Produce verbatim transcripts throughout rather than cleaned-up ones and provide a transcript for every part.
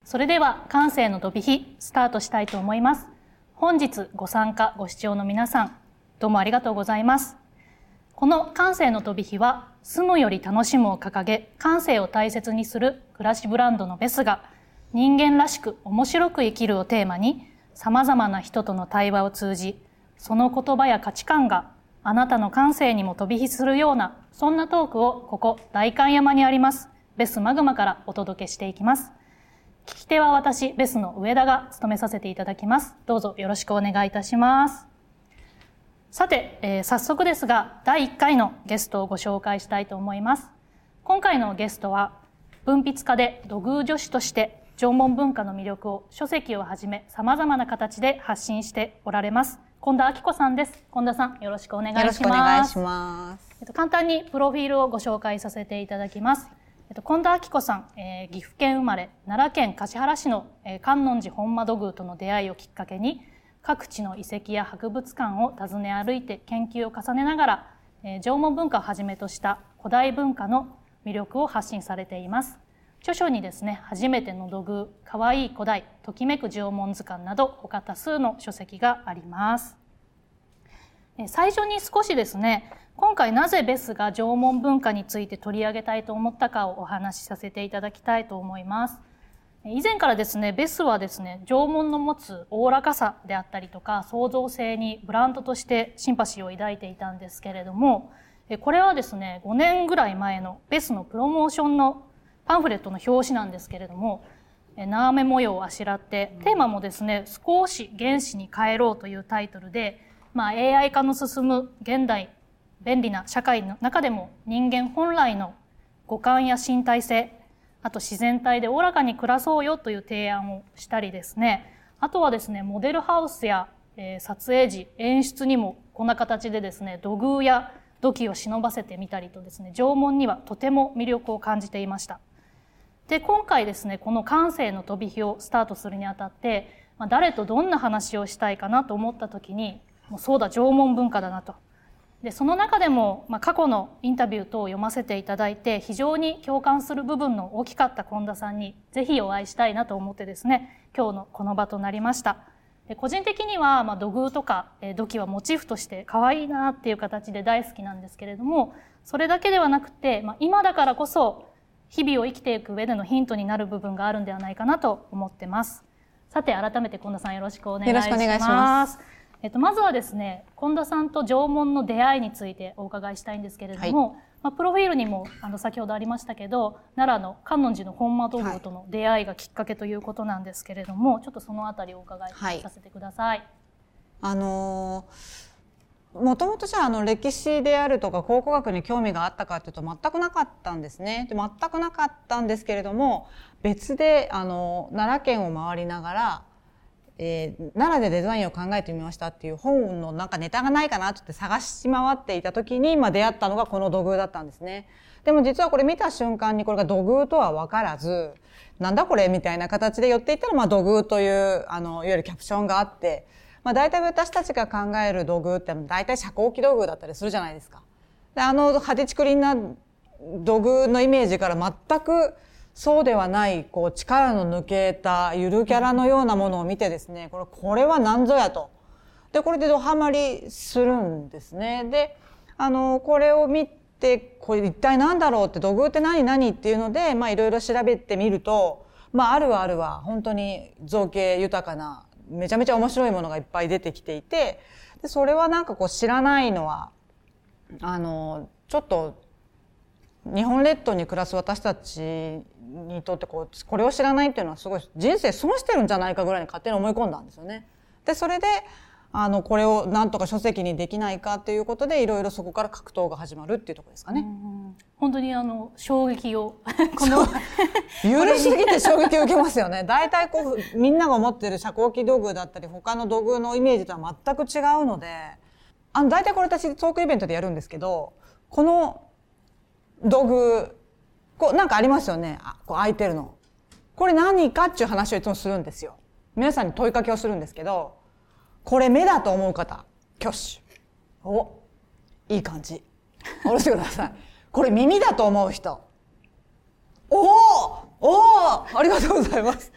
それでは感性の飛び火スタートしたいと思います。本日ご参加ご視聴の皆さん、どうもありがとうございます。この感性の飛び火は、住むより楽しむを掲げ、感性を大切にする暮らしブランドのベスが、人間らしく面白く生きるをテーマに、様々な人との対話を通じ、その言葉や価値観があなたの感性にも飛び火するような、そんなトークをここ代官山にありますベスマグマからお届けしていきます。聞き手は私ベスの上田が務めさせていただきます。どうぞよろしくお願いいたします。さて、えー、早速ですがだいいっかいのゲストをご紹介したいと思います。今回のゲストは文筆家で土偶女子として縄文文化の魅力を書籍をはじめ様々な形で発信しておられます近田明子さんです。近田さん、よろしくお願いします。 よろしくお願いします。 えっと、簡単にプロフィールをご紹介させていただきます。えっと、近田明子さん、えー、岐阜県生まれ、奈良県橿原市の、えー、観音寺本間土偶との出会いをきっかけに、各地の遺跡や博物館を訪ね歩いて研究を重ねながら、えー、縄文文化をはじめとした古代文化の魅力を発信されています。著書にですね、初めての土偶、かわいい古代、ときめく縄文図鑑など他多数の書籍があります。最初に少しですね、今回なぜベスが縄文文化について取り上げたいと思ったかをお話しさせていただきたいと思います。以前からですね、ベスはですね、縄文の持つおおらかさであったりとか創造性にブランドとしてシンパシーを抱いていたんですけれども、これはですね、ごねんぐらい前のベスのプロモーションのパンフレットの表紙なんですけれども、縄目模様をあしらって、テーマもですね、少し原始に帰ろうというタイトルで、まあ エーアイ 化の進む現代便利な社会の中でも人間本来の五感や身体性、あと自然体でおおらかに暮らそうよという提案をしたりですね、あとはですね、モデルハウスや、えー、撮影時、演出にもこんな形でですね、土偶や土器を忍ばせてみたりとですね、縄文にはとても魅力を感じていました。で、今回ですね、この感性の飛び火をスタートするにあたって、まあ、誰とどんな話をしたいかなと思った時に、もうそうだ、縄文文化だなと。で、その中でも、まあ、過去のインタビュー等を読ませていただいて、非常に共感する部分の大きかった近田さんに、ぜひお会いしたいなと思ってですね、今日のこの場となりました。で、個人的には、まあ、土偶とか、えー、土器はモチーフとして可愛いなっていう形で大好きなんですけれども、それだけではなくて、まあ、今だからこそ、日々を生きていく上でのヒントになる部分があるんではないかなと思ってます。さて、改めて近田さんよろしくお願いします。 よろしくお願いします。 えっと、まずはですね、近田さんと縄文の出会いについてお伺いしたいんですけれども、はい、まあ、プロフィールにもあの先ほどありましたけど、奈良の観音寺の本間土偶との出会いがきっかけということなんですけれども、はい、ちょっとそのあたりをお伺いさせてください。はい、 あのー、もともとじゃあ、あの歴史であるとか考古学に興味があったかというと全くなかったんですね。で、全くなかったんですけれども、別であの奈良県を回りながら、えー、奈良でデザインを考えてみましたっていう本のなんかネタがないかなって言って探し回っていた時に、まあ、出会ったのがこの土偶だったんですね。でも実はこれ見た瞬間にこれが土偶とは分からず、なんだこれみたいな形で寄っていったら、まあ土偶という、あの、いわゆるキャプションがあって、まあ大体私たちが考える土偶って大体遮光器土偶だったりするじゃないですか。で、あの派手ちくりんな土偶のイメージから全くそうではない、こう、力の抜けたゆるキャラのようなものを見てですね、これ、これは何ぞやと。で、これでドハマりするんですね。で、あの、これを見て、これ一体何だろうって、土偶って何何っていうので、まあいろいろ調べてみると、まああるはあるは、本当に造形豊かな、めちゃめちゃ面白いものがいっぱい出てきていて、で、それはなんかこう知らないのは、あの、ちょっと、日本列島に暮らす私たちにとってこうこれを知らないっていうのはすごい人生損してるんじゃないかぐらいに勝手に思い込んだんですよね。で、それであのこれをなんとか書籍にできないかっていうことでいろいろそこから格闘が始まるっていうところですかね。うん、 本当にあの衝撃をこのゆるすぎて衝撃を受けますよね。大体こうみんなが思ってる遮光器土偶だったり他の土偶のイメージとは全く違うので、あの大体これ私トークイベントでやるんですけど、この土偶、こうなんかありますよね。あ、こう開いてるの。これ何かっていう話をいつもするんですよ。皆さんに問いかけをするんですけど、これ目だと思う方、挙手。お、いい感じ。下ろしてください。これ耳だと思う人。おおおおありがとうございます。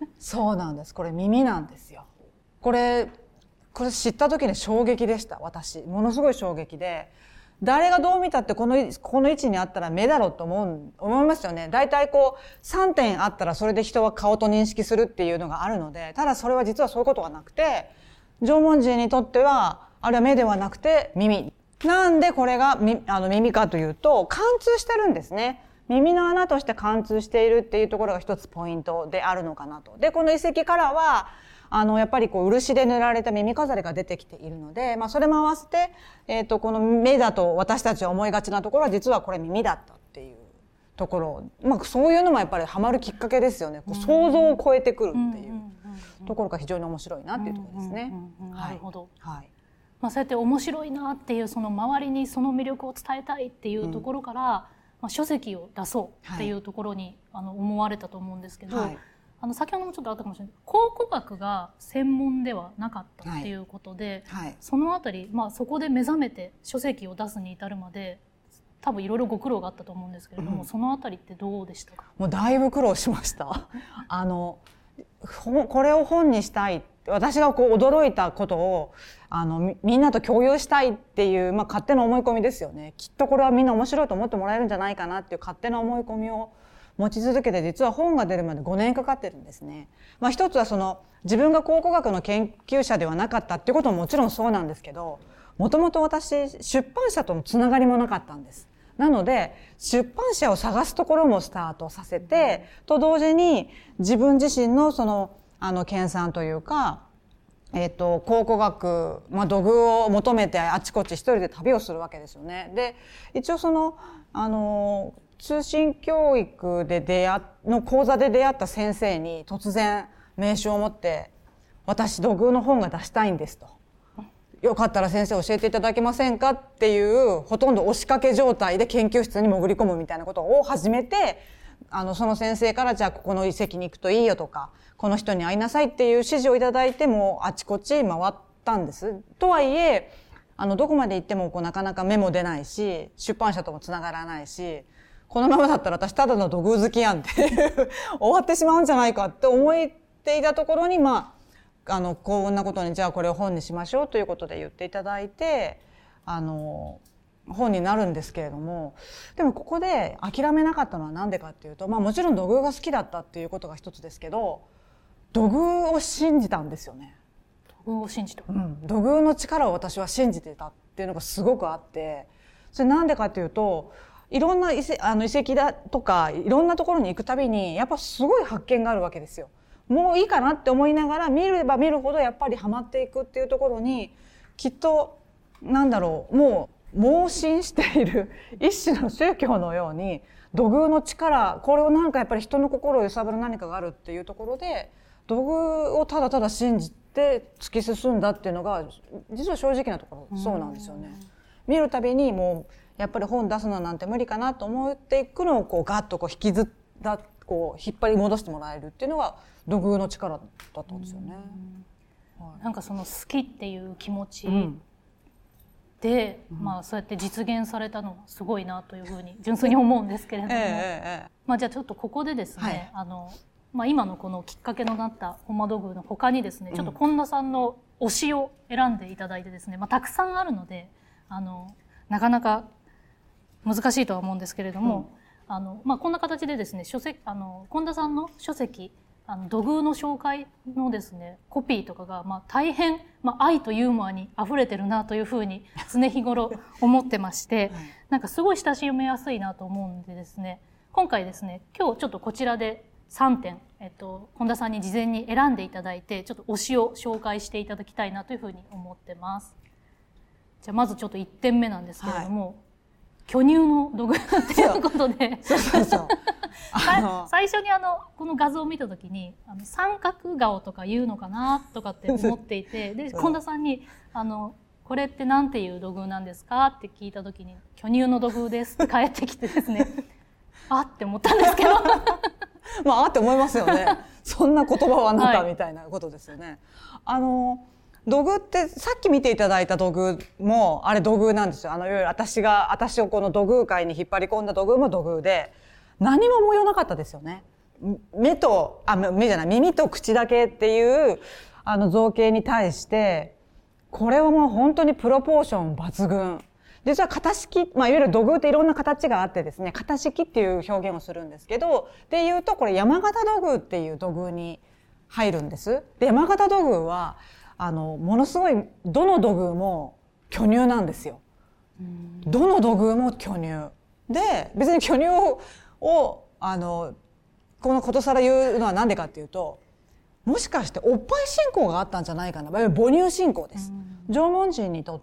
そうなんです。これ耳なんですよ。これこれ知った時に衝撃でした。私ものすごい衝撃で、誰がどう見たってこのこの位置にあったら目だろうと思う思いますよね。だいたいこうさんてんあったらそれで人は顔と認識するっていうのがあるので、ただそれは実はそういうことがなくて、縄文人にとってはあれは目ではなくて耳なんで、これがみあの耳かというと貫通してるんですね。耳の穴として貫通しているっていうところが一つポイントであるのかなと。でこの遺跡からはあのやっぱりこう漆で塗られた耳飾りが出てきているので、まあ、それも合わせて、えー、とこの目だと私たちは思いがちなところは実はこれ耳だったっていうところ、まあ、そういうのもやっぱりハマるきっかけですよね。こう想像を超えてくるっていうところが非常に面白いなっていうところですね。 なるほど、 はい、 まあ、そうやって面白いなっていうその周りにその魅力を伝えたいっていうところから、うん、まあ、書籍を出そうっていうところに、はい、あの思われたと思うんですけど、はい、あの先ほどもちょっとあったかもしれない考古学が専門ではなかったっていうことで、はいはい、そのあたり、まあ、そこで目覚めて書籍を出すに至るまで多分いろいろご苦労があったと思うんですけれども、うん、そのあたりってどうでしたか？ もうだいぶ苦労しましたあのこれを本にしたい、私がこう驚いたことをあの み, みんなと共有したいっていう、まあ、勝手な思い込みですよね。きっとこれはみんな面白いと思ってもらえるんじゃないかなっていう勝手な思い込みを持ち続けて、実は本が出るまでごねんかかってるんですね。まあ、一つはその自分が考古学の研究者ではなかったっていうことももちろんそうなんですけど、もともと私出版社とのつながりもなかったんです。なので出版社を探すところもスタートさせて、と同時に自分自身のそのあの研鑽というか、えっと考古学、まあ、土偶を求めてあちこち一人で旅をするわけですよね。で一応そのあの通信教育で出会の講座で出会った先生に突然名刺を持って「私土偶の本が出したいんです」と「よかったら先生教えていただけませんか」っていうほとんど押しかけ状態で研究室に潜り込むみたいなことを始めて、あのその先生から「じゃあここの遺跡に行くといいよ」とか「この人に会いなさい」っていう指示をいただいて、もうあちこち回ったんです。とはいえあのどこまで行ってもこうなかなか目も出ないし、出版社ともつながらないし、このままだったら私ただの土偶好きやんっていう終わってしまうんじゃないかって思っていたところに、まああのこんなことにじゃあこれを本にしましょうということで言っていただいて、あの本になるんですけれども、でもここで諦めなかったのはなんでかっていうと、まあもちろん土偶が好きだったっていうことが一つですけど、土偶を信じたんですよね。 土偶を信じた、 うん、土偶の力を私は信じてたっていうのがすごくあって、それなんでかっていうと、いろんな遺跡、あの遺跡だとかいろんなところに行くたびにやっぱすごい発見があるわけですよ。もういいかなって思いながら見れば見るほどやっぱりハマっていくっていうところに、きっとなんだろう、もう盲信している一種の宗教のように土偶の力、これをなんかやっぱり人の心を揺さぶる何かがあるっていうところで土偶をただただ信じて突き進んだっていうのが実は正直なところそうなんですよね。見るたびにもうやっぱり本出すのなんて無理かなと思っていくのをこうガッとこう引きずったこう引っ張り戻してもらえるっていうのが土偶の力だったんですよね。 はい、なんかその好きっていう気持ちで、うん、まあそうやって実現されたのはすごいなというふうに純粋に思うんですけれども、えー、まあじゃあちょっとここでですね、はい、あのまあ、今のこのきっかけのなった本間土偶の他にですね、ちょっと近田さんの推しを選んでいただいてですね、まあ、たくさんあるのであのなかなか難しいとは思うんですけれども、うん、あのまあ、こんな形でですね書籍あの近田さんの書籍あの土偶の紹介のですねコピーとかが、まあ、大変、まあ、愛とユーモアにあふれてるなというふうに常日頃思ってまして、はい、なんかすごい親しみやすいなと思うんでですね、今回ですね今日ちょっとこちらでさんてん、えっと、近田さんに事前に選んでいただいてちょっと推しを紹介していただきたいなというふうに思ってます。じゃあまずちょっといってんめなんですけれども、はい、巨乳の土偶っていうことでそうそうそう最初にあのこの画像を見た時にあの三角顔とか言うのかなとかって思っていてで近田さんにあのこれってなんていう土偶なんですかって聞いた時に巨乳の土偶ですって返ってきてですねあって思ったんですけどまああって思いますよねそんな言葉はあなた、はい、みたいなことですよね。あの土偶ってさっき見ていただいた土偶もあれ土偶なんですよ。あのいわゆる私が私をこの土偶界に引っ張り込んだ土偶も土偶で何も模様なかったですよね。 目とあ目じゃない耳と口だけっていうあの造形に対してこれはもう本当にプロポーション抜群。実は型式、まあ、いわゆる土偶っていろんな形があってですね、型式っていう表現をするんですけど、で言うとこれ山形土偶っていう土偶に入るんです。で、山形土偶は、あの、ものすごい、どの土偶も巨乳なんですよ。どの土偶も巨乳。で、別に巨乳を、をあの、このことさら言うのはなんでかっていうと、もしかしておっぱい信仰があったんじゃないかな。母乳信仰です。縄文人にとって、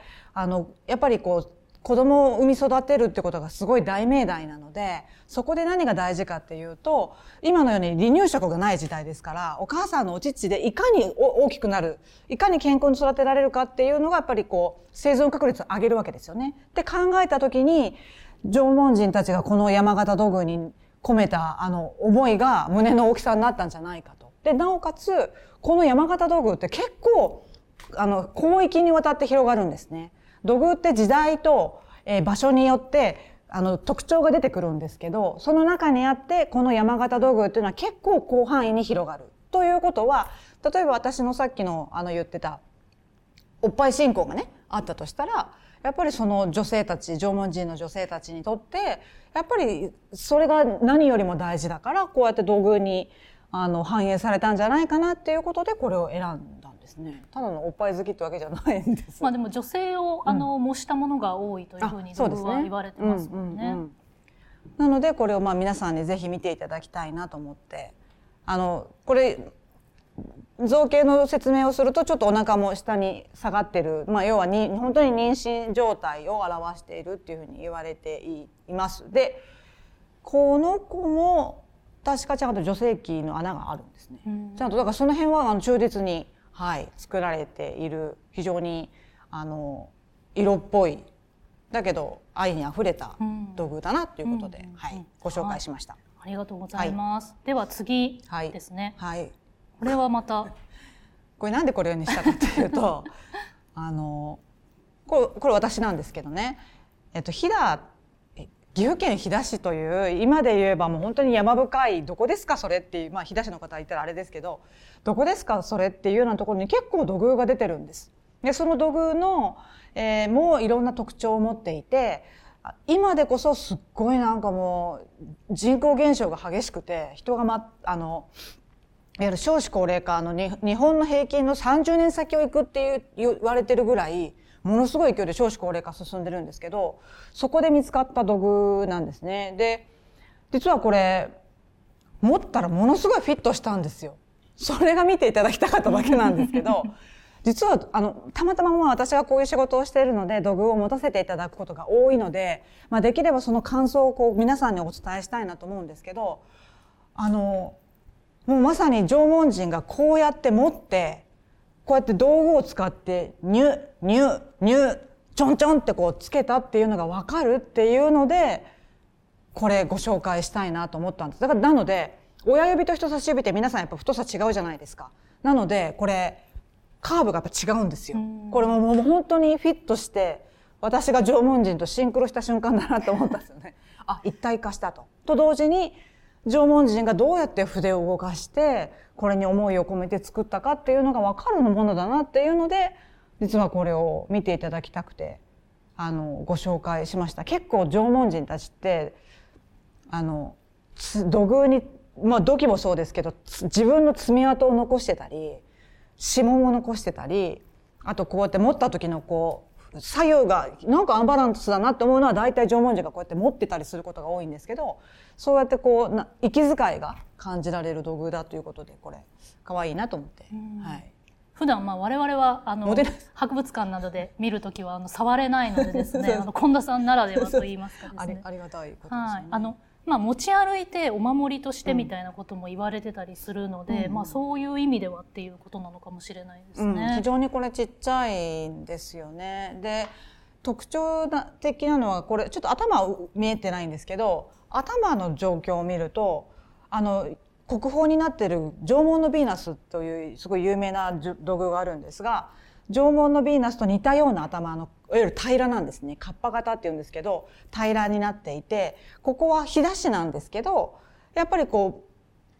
あの、やっぱりこう、子供を産み育てるってことがすごい大命題なので、そこで何が大事かっていうと、今のように離乳食がない時代ですから、お母さんのお乳でいかに大きくなる、いかに健康に育てられるかっていうのがやっぱりこう、生存確率を上げるわけですよね。で考えたときに、縄文人たちがこの山形土偶に込めたあの思いが胸の大きさになったんじゃないかと。で、なおかつ、この山形土偶って結構、あの、広域にわたって広がるんですね。土偶って時代と、えー、場所によって、あの、特徴が出てくるんですけど、その中にあって、この山形土偶っていうのは結構広範囲に広がる。ということは、例えば私のさっきの、あの、言ってた、おっぱい信仰がね、あったとしたら、やっぱりその女性たち、縄文人の女性たちにとって、やっぱりそれが何よりも大事だから、こうやって土偶に、あの、反映されたんじゃないかなっていうことで、これを選んだんですね。ただのおっぱい好きってわけじゃないんです。 まあでも女性を、あの、模したものが多いというふうに、土偶は言われてますもんね。 なので、これをまあ皆さんにぜひ見ていただきたいなと思って、あの、これ、造形の説明をするとちょっとお腹も下に下がってる、まあ要はに本当に妊娠状態を表しているっていうふうに言われていますで、この子も確かちゃんと女性器の穴があるんですね。ちゃんとだからその辺はあの忠実に、はい、作られている非常にあの色っぽいだけど愛にあふれた土偶だなということで、はい、ご紹介しました。はい、 ありがとうございます。はい、では次ですね。 はい。はい、 これはまたこれなんでこれにしたかっていうとあのこれこれ私なんですけどね、えっと飛騨岐阜県飛騨市という今で言えばもう本当に山深いどこですかそれっていう、まあ飛騨市の方言ったらあれですけど、どこですかそれっていうようなところに結構土偶が出てるんです。でその土偶の、えー、もういろんな特徴を持っていて、今でこそすっごいなんかもう人口減少が激しくて人がまあのいわゆる少子高齢化のに日本の平均のさんじゅうねん先を行くっていう言われてるぐらいものすごい勢いで少子高齢化進んでるんですけど、そこで見つかった土偶なんですね。で実はこれ持ったらものすごいフィットしたんですよ。それが見ていただきたかっただけなんですけど実はあのたまたままあ私がこういう仕事をしているので土偶を持たせていただくことが多いので、まあ、できればその感想をこう皆さんにお伝えしたいなと思うんですけど、あのもうまさに縄文人がこうやって持ってこうやって道具を使ってニュニュニュちょんちょんってこうつけたっていうのが分かるっていうのでこれご紹介したいなと思ったんです。だからなので親指と人差し指って皆さんやっぱ太さ違うじゃないですか。なのでこれカーブがやっぱ違うんですよ。これももう本当にフィットして私が縄文人とシンクロした瞬間だなと思ったんですよね。あ、一体化したと。と同時に縄文人がどうやって筆を動かしてこれに思いを込めて作ったかっていうのが分かるものだなっていうので実はこれを見ていただきたくてあのご紹介しました。結構縄文人たちってあの土偶にまあ土器もそうですけど自分の爪痕を残してたり指紋を残してたり、あとこうやって持った時のこう左右がなんかアンバランスだなって思うのは大体縄文人がこうやって持ってたりすることが多いんですけど、そうやってこうな息遣いが感じられる土偶だということでこれ可愛いなと思って、はい、 普段まあ我々はあの博物館などで見るときはあの触れないのでですねあの近田さんならではと言いますかですねありがたいことですね。 はい、あのまあ、持ち歩いてお守りとしてみたいなことも言われてたりするので、うんまあ、そういう意味ではっていうことなのかもしれないですね、 うん、非常にこれちっちゃいんですよね。で特徴的なのはこれちょっと頭は見えてないんですけど頭の状況を見るとあの国宝になっている縄文のヴィーナスというすごい有名な土偶があるんですが、縄文のヴィーナスと似たような頭のいわゆる平らなんですね。カッパ型っていうんですけど平らになっていて、ここは飛騨市なんですけどやっぱりこ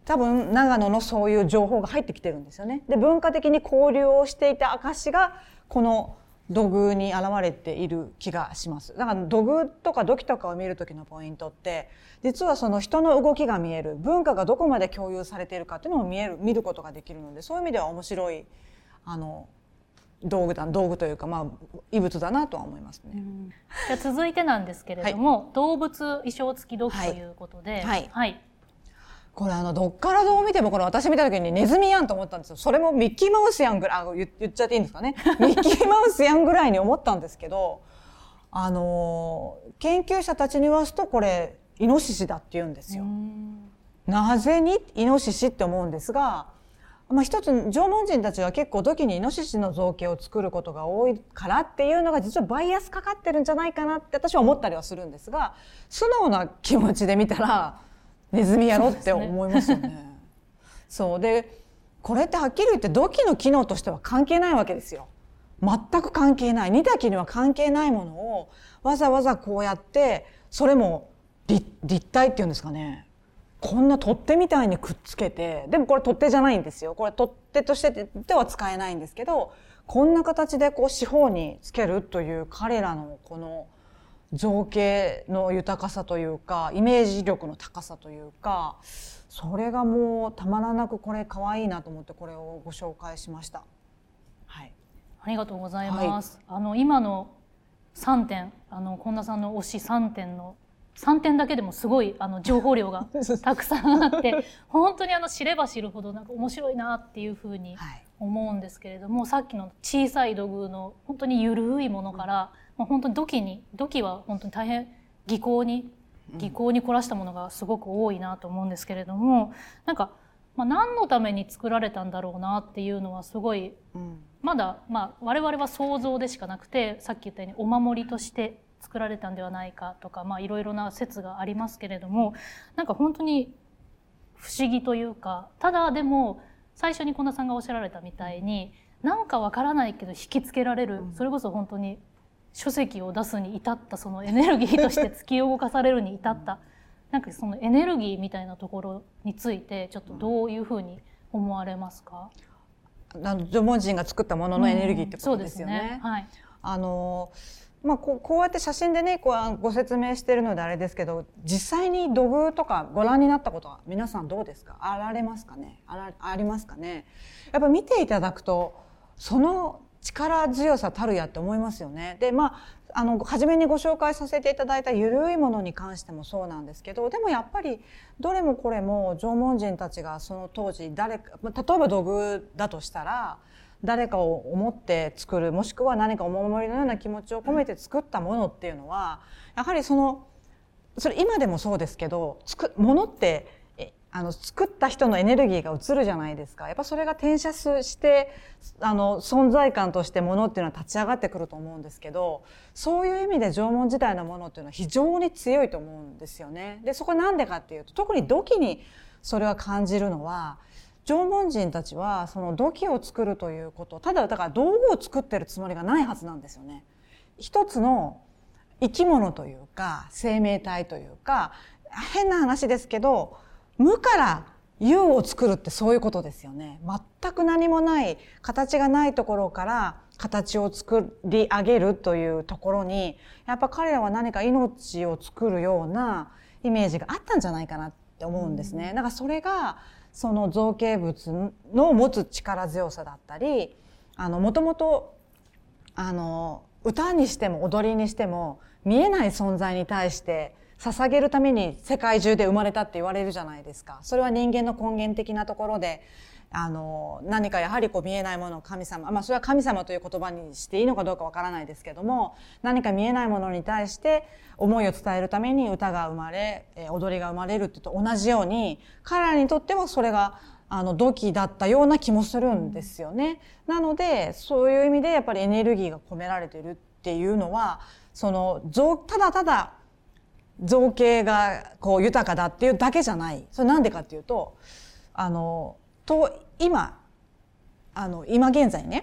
多分長野のそういう情報が入ってきてるんですよね。で文化的に交流をしていた証がこの土偶に現れている気がします。だから土偶とか土器とかを見る時のポイントって実はその人の動きが見える、文化がどこまで共有されているかっていうのも見える見ることができるので、そういう意味では面白いあの道具だ道具というか、まあ異物だなとは思いますね。うん、 じゃあ続いてなんですけれども、はい、動物衣装付き土器ということで、 はいはいはい、 これあのどっからどう見てもこれ私見た時にネズミやんと思ったんですよ。それもミッキーマウスやんぐらい、あ、言, 言っちゃっていいんですかね。ミッキーマウスやんぐらいに思ったんですけど、あの研究者たちに言わすとこれイノシシだって言うんですよ。なぜにイノシシって思うんですが、まあ、一つ縄文人たちは結構土器にイノシシの造形を作ることが多いからっていうのが実はバイアスかかってるんじゃないかなって私は思ったりはするんですが、素直な気持ちで見たらネズミやろって思いますよね。そうで、これってはっきり言って土器の機能としては関係ないわけですよ。全く関係ない、煮炊きには関係ないものをわざわざこうやって、それも 立, 立体っていうんですかね、こんな取っ手みたいにくっつけて、でもこれ取っ手じゃないんですよ。これ取っ手としてでは使えないんですけど、こんな形でこう四方につけるという彼らのこの造形の豊かさというか、イメージ力の高さというか、それがもうたまらなくこれ可愛いなと思ってこれをご紹介しました。はい、 ありがとうございます。はい、あの今のさんてん、あの本田さんの推しさんてんのさんてんだけでもすごいあの情報量がたくさんあって本当にあの知れば知るほどなんか面白いなっていうふうに思うんですけれども、はい、さっきの小さい土偶の本当にゆるいものから、うん、本当に土器に土器は本当に大変技巧に技巧に凝らしたものがすごく多いなと思うんですけれども、なんか、まあ、何のために作られたんだろうなっていうのはすごい、うん、まだ、まあ、我々は想像でしかなくて、さっき言ったようにお守りとして作られたんではないかとか、まあ、いろいろな説がありますけれども、なんか本当に不思議というか、ただでも最初に近田さんがおっしゃられたみたいに、なんかわからないけど引きつけられる、それこそ本当に書籍を出すに至ったそのエネルギーとして突き動かされるに至ったなんかそのエネルギーみたいなところについてちょっとどういうふうに思われますか？ あの縄文人が作ったもののエネルギーってことですよね。うん、そうですね。はい。あのまあ、こう、こうやって写真でねこうご説明しているのであれですけど、実際に土偶とかご覧になったことは皆さんどうですか？あられますかね？あら、ありますかね？やっぱ見ていただくとその力強さたるやって思いますよね。で、まあ、あの初めにご紹介させていただいたゆるいものに関してもそうなんですけど、でもやっぱりどれもこれも縄文人たちがその当時誰か、例えば土偶だとしたら誰かを思って作る、もしくは何かお守りのような気持ちを込めて作ったものっていうのは、やはりそのそれ今でもそうですけど、つくものってあの作った人のエネルギーが移るじゃないですか。やっぱそれが転写してあの存在感としてものっていうのは立ち上がってくると思うんですけど、そういう意味で縄文時代のものっていうのは非常に強いと思うんですよね。でそこなんでかっていうと、特に土器にそれは感じるのは、縄文人たちはその土器を作るということ、ただだから道具を作ってるつもりがないはずなんですよね。一つの生き物というか生命体というか、変な話ですけど無から有を作るってそういうことですよね。全く何もない形がないところから形を作り上げるというところに、やっぱ彼らは何か命を作るようなイメージがあったんじゃないかなって思うんですね。だからそれがその造形物の持つ力強さだったり、あのもともとあの歌にしても踊りにしても見えない存在に対して捧げるために世界中で生まれたって言われるじゃないですか。それは人間の根源的なところで、あの何かやはりこう見えないものを神様、まあそれは神様という言葉にしていいのかどうかわからないですけども、何か見えないものに対して思いを伝えるために歌が生まれ、踊りが生まれるってと同じように、彼らにとってもそれがあの土器だったような気もするんですよね。なのでそういう意味でやっぱりエネルギーが込められているっていうのは、そのただただ造形がこう豊かだっていうだけじゃない。それなんでかっていうと、あのと今あの今現在ね、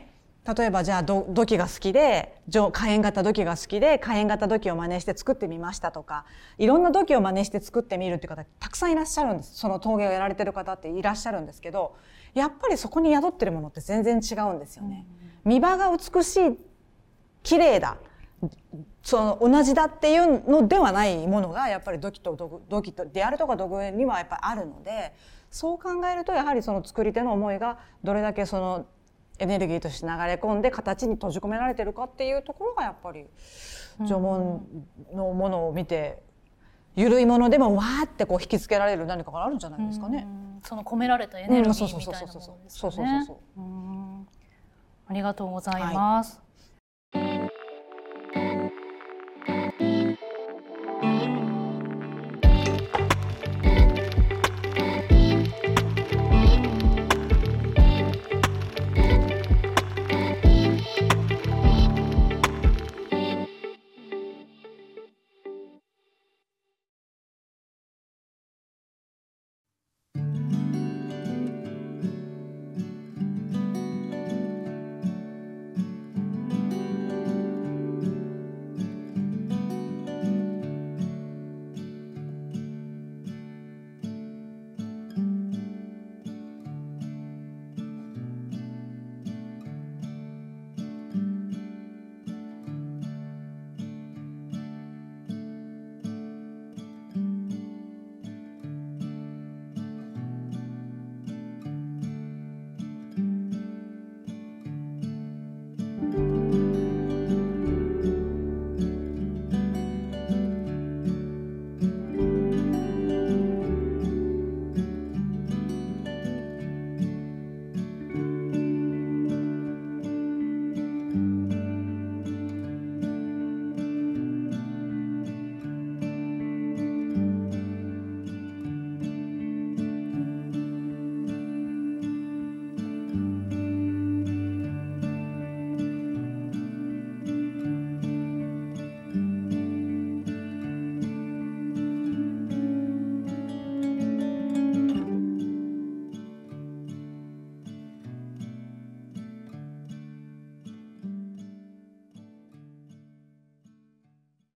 例えばじゃあ土土器が好きで火炎型土器が好きで火炎型土器を真似して作ってみましたとか、いろんな土器を真似して作ってみるっていう方たくさんいらっしゃるんです。その陶芸をやられてる方っていらっしゃるんですけど、やっぱりそこに宿ってるものって全然違うんですよね。見場が美しい、綺麗だ、その同じだっていうのではないものがやっぱり土器と土器とであるとか土偶にはやっぱりあるので、そう考えるとやはりその作り手の思いがどれだけそのエネルギーとして流れ込んで形に閉じ込められてるかっていうところがやっぱり縄文のものを見て緩いものでもわーってこう引きつけられる何かがあるんじゃないですかね。 その込められたエネルギーみたいなものですよね。ありがとうございます。